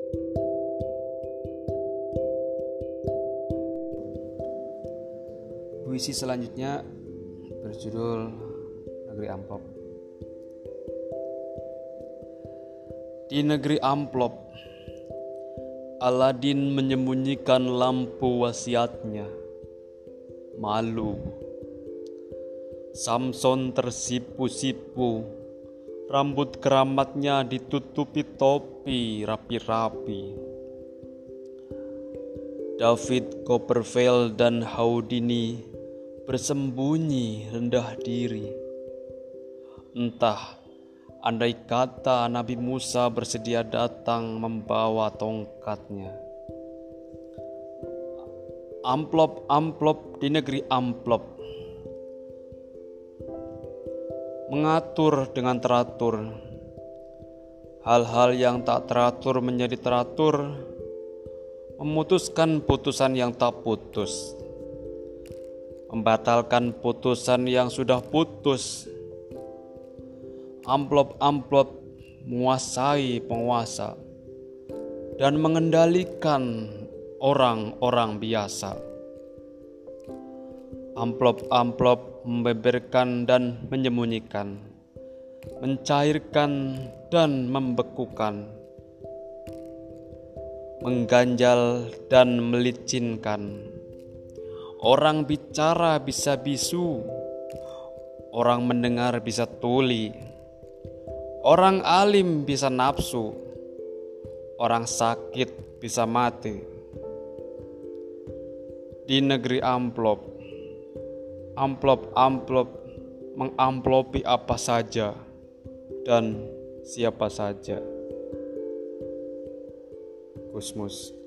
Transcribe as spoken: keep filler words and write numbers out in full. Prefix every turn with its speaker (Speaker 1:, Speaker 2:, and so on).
Speaker 1: Puisi selanjutnya berjudul Negeri Amplop. Di negeri amplop, Aladin menyembunyikan lampu wasiatnya. Malu. Samson tersipu-sipu, rambut keramatnya ditutupi topi rapi-rapi. David Copperfield dan Houdini bersembunyi rendah diri. Entah, andai kata Nabi Musa bersedia datang membawa tongkatnya. Amplop-amplop di negeri amplop, mengatur dengan teratur. Hal-hal yang tak teratur menjadi teratur, memutuskan putusan yang tak putus, membatalkan putusan yang sudah putus. Amplop-amplop menguasai penguasa dan mengendalikan orang-orang biasa. Amplop-amplop membeberkan dan menyembunyikan, mencairkan dan membekukan, mengganjal dan melicinkan. Orang bicara bisa bisu, orang mendengar bisa tuli, orang alim bisa nafsu, orang sakit bisa mati. Di negeri amplop, amplop-amplop mengamplopi apa saja dan siapa saja. Gusmus.